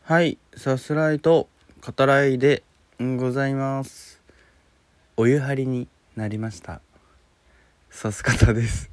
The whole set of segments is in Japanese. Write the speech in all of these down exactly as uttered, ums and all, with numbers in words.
はい、さすらいと語らいでございます。お湯張りになりました。さす方です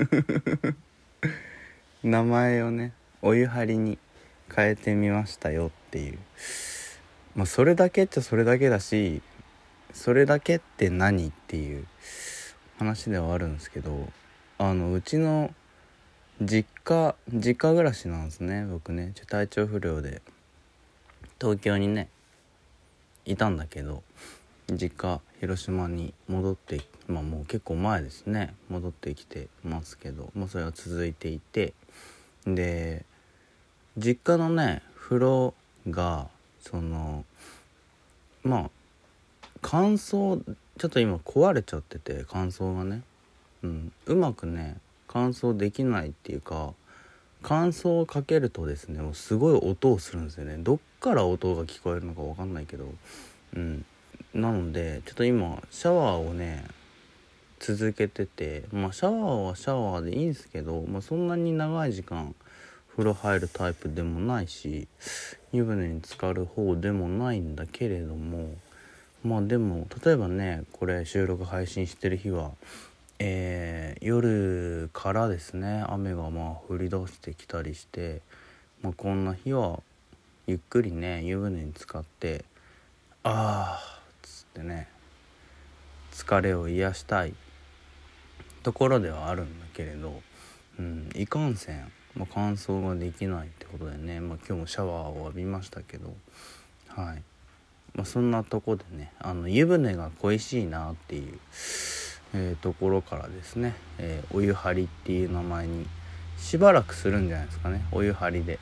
名前をね、お湯張りに変えてみましたよっていう。まあそれだけっちゃそれだけだし、それだけって何っていう話ではあるんですけど、あのうちの実家実家暮らしなんですね。僕ね、ちょ体調不良で東京にねいたんだけど、実家広島に戻ってまあもう結構前ですね戻ってきてますけど、もうそれが続いていて、で実家のね風呂がそのまあ乾燥ちょっと今壊れちゃってて、乾燥がね、うん、うまくね乾燥できないっていうか、乾燥をかけるとですねもうすごい音をするんですよね。どっから音が聞こえるのか分かんないけど、うんなのでちょっと今シャワーをね続けてて、まあシャワーはシャワーでいいんですけど、まあ、そんなに長い時間風呂入るタイプでもないし、湯船に浸かる方でもないんだけれども、まあでも例えばねこれ収録配信してる日は、えー、夜からですね雨がまあ降り出してきたりして、まあ、こんな日はゆっくりね湯船に浸かってあーっつってね疲れを癒したいところではあるんだけれど、うん、いかんせん、まあ、乾燥ができないってことでね、まあ、今日もシャワーを浴びましたけど、はい、まあ、そんなとこでねあの湯船が恋しいなっていう、えー、ところからですね、えー、お湯張りっていう名前にしばらくするんじゃないですかね。お湯張りで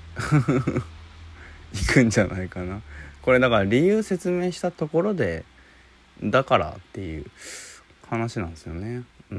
行くんじゃないかな。これだから理由説明したところでだからっていう話なんですよね。うん、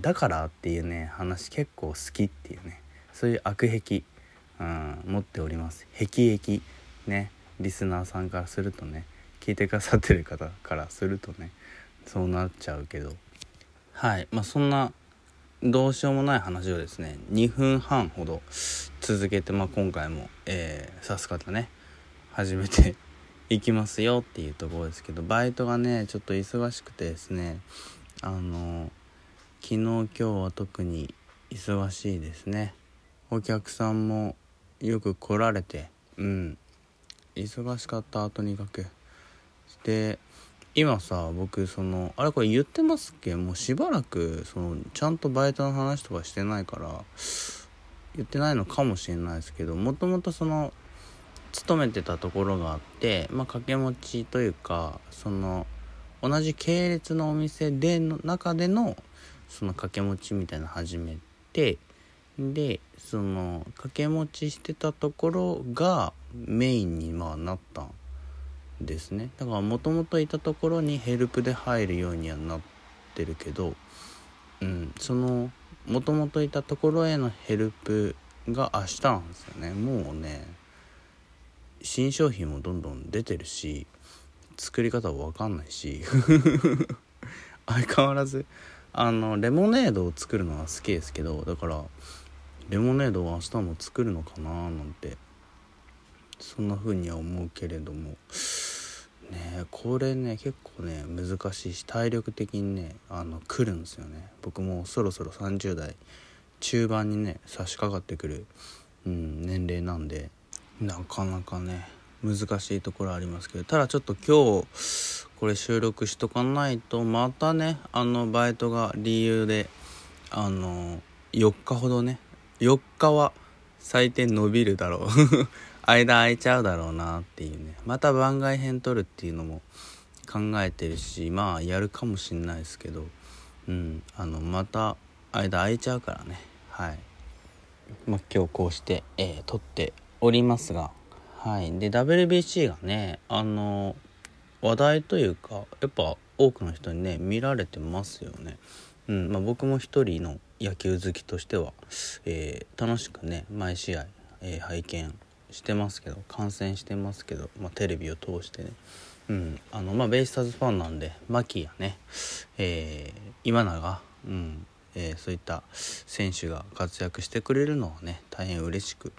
だからっていうね話結構好きっていうね、そういう悪癖、うん、持っております。癖癖ね、リスナーさんからするとね、聞いてくださってる方からするとねそうなっちゃうけど、はいまあそんなどうしようもない話をですねにふんはんほど続けて、まあ、今回も、えー、さす方ね始めていきますよっていうところですけど、バイトがねちょっと忙しくてですね、あの昨日今日は特に忙しいですね。お客さんもよく来られて、うん忙しかった。とにかくで今さ僕そのあれこれ言ってますっけ、もうしばらくそのちゃんとバイトの話とかしてないから言ってないのかもしれないですけど、もともとその勤めてたところがあって、まあ掛け持ちというかその同じ系列のお店での中でのその掛け持ちみたいなの始めて、でその掛け持ちしてたところがメインにまあなったんですね。だからもともといたところにヘルプで入るようにはなってるけど、うんそのもともといたところへのヘルプが明日なんですよね。もうね新商品もどんどん出てるし作り方は分かんないし相変わらずあのレモネードを作るのは好きですけど、だからレモネードを明日も作るのかななんてそんな風には思うけれどもね、これね結構ね難しいし体力的にねあの来るんですよね。僕もそろそろさんじゅう代中盤にね差し掛かってくる、うん、年齢なんでなかなかね難しいところありますけど、ただちょっと今日これ収録しとかないとまたねあのバイトが理由であのよっかほどねよっかは最低伸びるだろう間空いちゃうだろうなっていうね、また番外編撮るっていうのも考えてるし、まあやるかもしんないですけど、うんあのまた間空いちゃうからね、はいまあ今日こうして、えー、撮っておりますが、はいで ダブリュービーシー がねあの話題というかやっぱ多くの人にね見られてますよね。うんまあ、僕も一人の野球好きとしては、えー、楽しくね毎試合、えー、拝見してますけど観戦してますけど、まあ、テレビを通してね、うんあのまあ、ベイスターズファンなんで牧やね、えー、今永、うんえー、そういった選手が活躍してくれるのはね大変嬉しく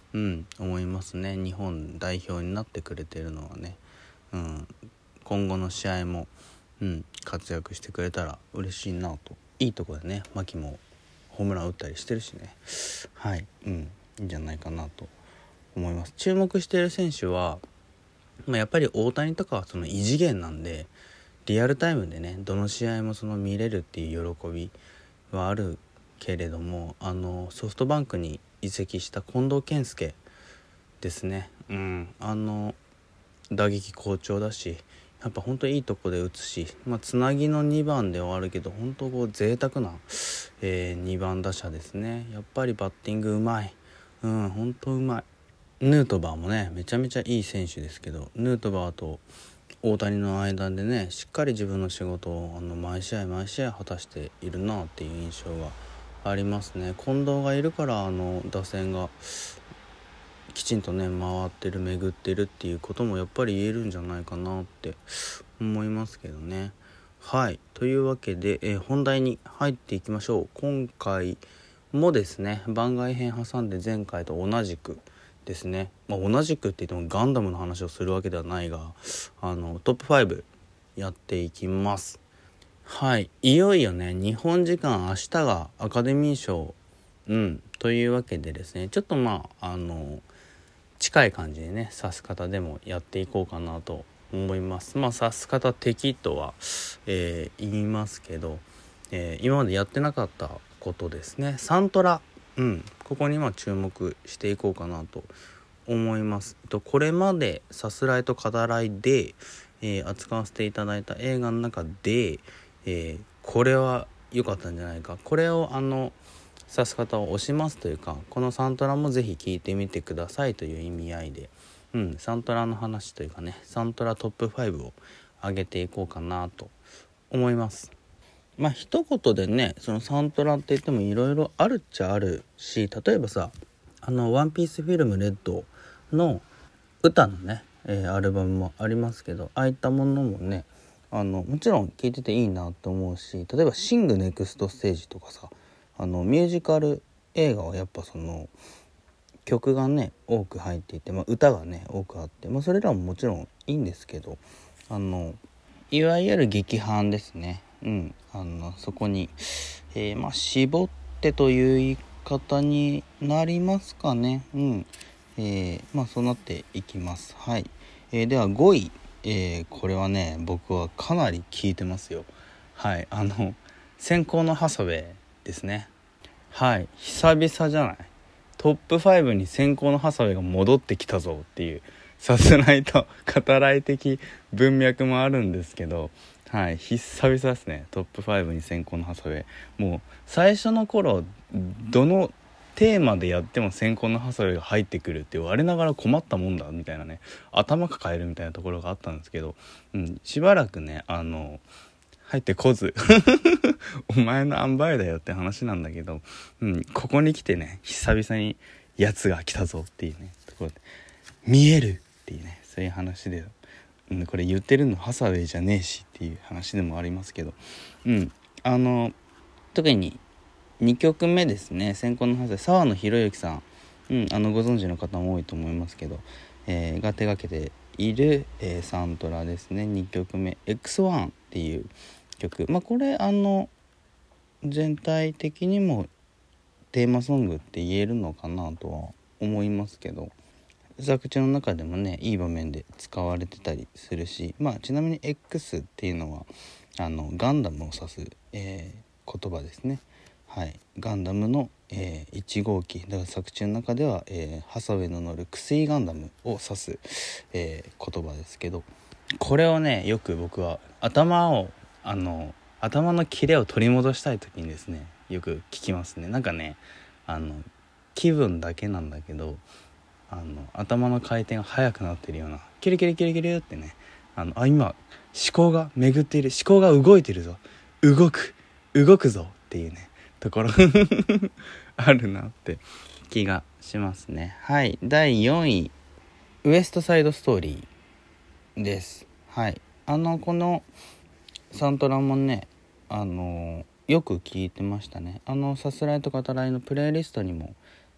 うん思いますね。日本代表になってくれてるのはね、うん、今後の試合も、うん、活躍してくれたら嬉しいなと。いいとこでね牧もホームラン打ったりしてるしね、はい、うん、いいんじゃないかなと思います。注目している選手は、まあ、やっぱり大谷とかはその異次元なんで、リアルタイムでねどの試合もその見れるっていう喜びはあるけれども、あのソフトバンクに移籍した近藤健介ですね、うん、あの打撃好調だし、やっぱ本当にいいとこで打つし、まあ、つなぎのにばんで終わるけど本当こう贅沢な、えー、にばん打者ですね。やっぱりバッティングうまい、うん本当うまい。ヌートバーもねめちゃめちゃいい選手ですけど、ヌートバーと大谷の間でねしっかり自分の仕事をあの毎試合毎試合果たしているなっていう印象がありますね。近藤がいるからあの打線がきちんとね回ってる巡ってるっていうこともやっぱり言えるんじゃないかなって思いますけどね。はい、というわけで、えー、本題に入っていきましょう。今回もですね番外編挟んで前回と同じくですね、まあ、同じくって言ってもガンダムの話をするわけではないが、あのトップファイブやっていきます。はい、いよいよね日本時間明日がアカデミー賞、うんというわけでですね、ちょっとまああの近い感じでね指す方でもやっていこうかなと思います。まあ指す方的とは、えー、言いますけど、えー、今までやってなかったことですね、サントラ、うん、ここにまあ注目していこうかなと思います。とこれまでさすらいと語らいで、えー、扱わせていただいた映画の中で、えー、これは良かったんじゃないか、これをあの指す方を押しますというか、このサントラもぜひ聞いてみてくださいという意味合いで、うん、サントラの話というかねサントラトップファイブを上げていこうかなと思います。まあ一言でねそのサントラって言ってもいろいろあるっちゃあるし、例えばさあのワンピースフィルムレッドの歌のね、えー、アルバムもありますけど、ああいったものもねあのもちろん聴いてていいなと思うし、例えばシングネクストステージとかさ、あのミュージカル映画はやっぱその曲がね多く入っていて、まあ、歌がね多くあって、まあ、それらももちろんいいんですけど、あのいわゆる劇伴ですね、うん、あのそこに、えー、まあ絞ってという言い方になりますかね、うん、えー、まあそうなっていきます。はい、えー、ではごい、えー、これはね僕はかなり聞いてますよ。はい、あの先行のハサウェイですね。はい、久々じゃない、トップファイブに先行のハサウェイが戻ってきたぞっていう、さすらいと語らい的文脈もあるんですけど、はい、久々ですねトップファイブに先行のハサウェイ。もう最初の頃どのテーマでやっても先行のハサウェイが入ってくるって我ながら困ったもんだみたいなね、頭抱えるみたいなところがあったんですけど、うん、しばらくねあの入ってこずお前の塩梅だよって話なんだけど、うん、ここに来てね久々にやつが来たぞっていうねところで見えるっていうね、そういう話で、うん、これ言ってるのハサウェイじゃねえしっていう話でもありますけど、うん、あの特ににきょくめですね、先行のハサウェイ、沢野弘之さん、うん、あのご存知の方も多いと思いますけど、えー、が手掛けている、えー、サントラですね。にきょくめ エックスワン っていう曲、まあこれあの全体的にもテーマソングって言えるのかなとは思いますけど、作中の中でもねいい場面で使われてたりするし、まあちなみに X っていうのはあのガンダムを指す、えー、言葉ですね。はい、ガンダムの、えー、いち号機だから作中の中では、えー、ハサウェイの乗るクスイガンダムを指す、えー、言葉ですけど、これをねよく僕は頭をあの頭のキレを取り戻したい時にですねよく聞きますね。なんかねあの気分だけなんだけど、あの頭の回転が速くなってるような、キリキリキリキリってね、あのあ今思考が巡っている、思考が動いてるぞ、動く動くぞっていうねところあるなって気がしますね。はい、だいよんいウエストサイドストーリーです。はい、あのこのサントラもねあのよく聞いてましたね。あのさすらいと語らいのプレイリストにも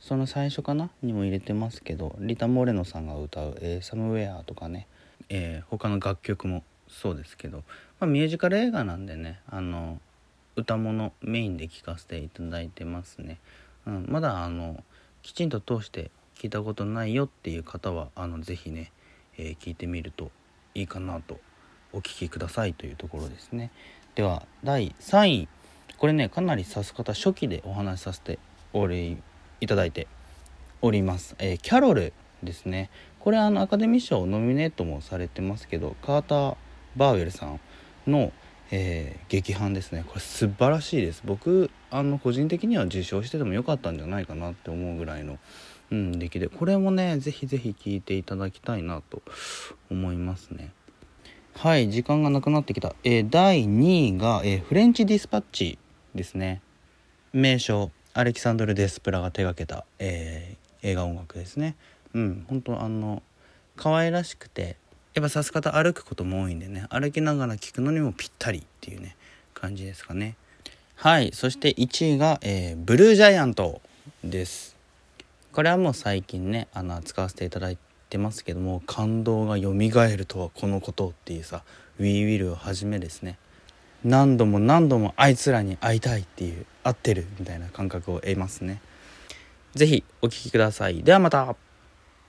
その最初かなにも入れてますけど、リタ・モレノさんが歌う、えー、サムウェアとかね、えー、他の楽曲もそうですけど、まあ、ミュージカル映画なんでね、あの歌物メインで聴かせていただいてますね。うん、まだあのきちんと通して聞いたことないよっていう方はあのぜひね、えー、聞いてみるといいかなと、お聞きくださいというところですね。ではだいさんい、これねかなりさす方初期でお話しさせておりいただいております、えー、キャロルですね。これあのアカデミー賞ノミネートもされてますけど、カーター・バーウェルさんの、えー、劇伴ですね。これ素晴らしいです。僕あの個人的には受賞しててもよかったんじゃないかなって思うぐらいの、うん、出来で、これもねぜひぜひ聴いていただきたいなと思いますね。はい、時間がなくなってきた、えー、だいにいが、えー、フレンチディスパッチですね。名将アレキサンドル・デスプラが手掛けた、えー、映画音楽ですね。うん、本当あの可愛らしくて、やっぱさす方歩くことも多いんでね、歩きながら聴くのにもぴったりっていうね感じですかね。はい、そしていちいが、えー、ブルージャイアントです。これはもう最近ねあの扱わせていただいてますけども、感動が蘇るとはこのことっていうさ、ウィーウィルをはじめですね、何度も何度もあいつらに会いたいっていう、会ってるみたいな感覚を得ますね。ぜひお聴きください。ではまた。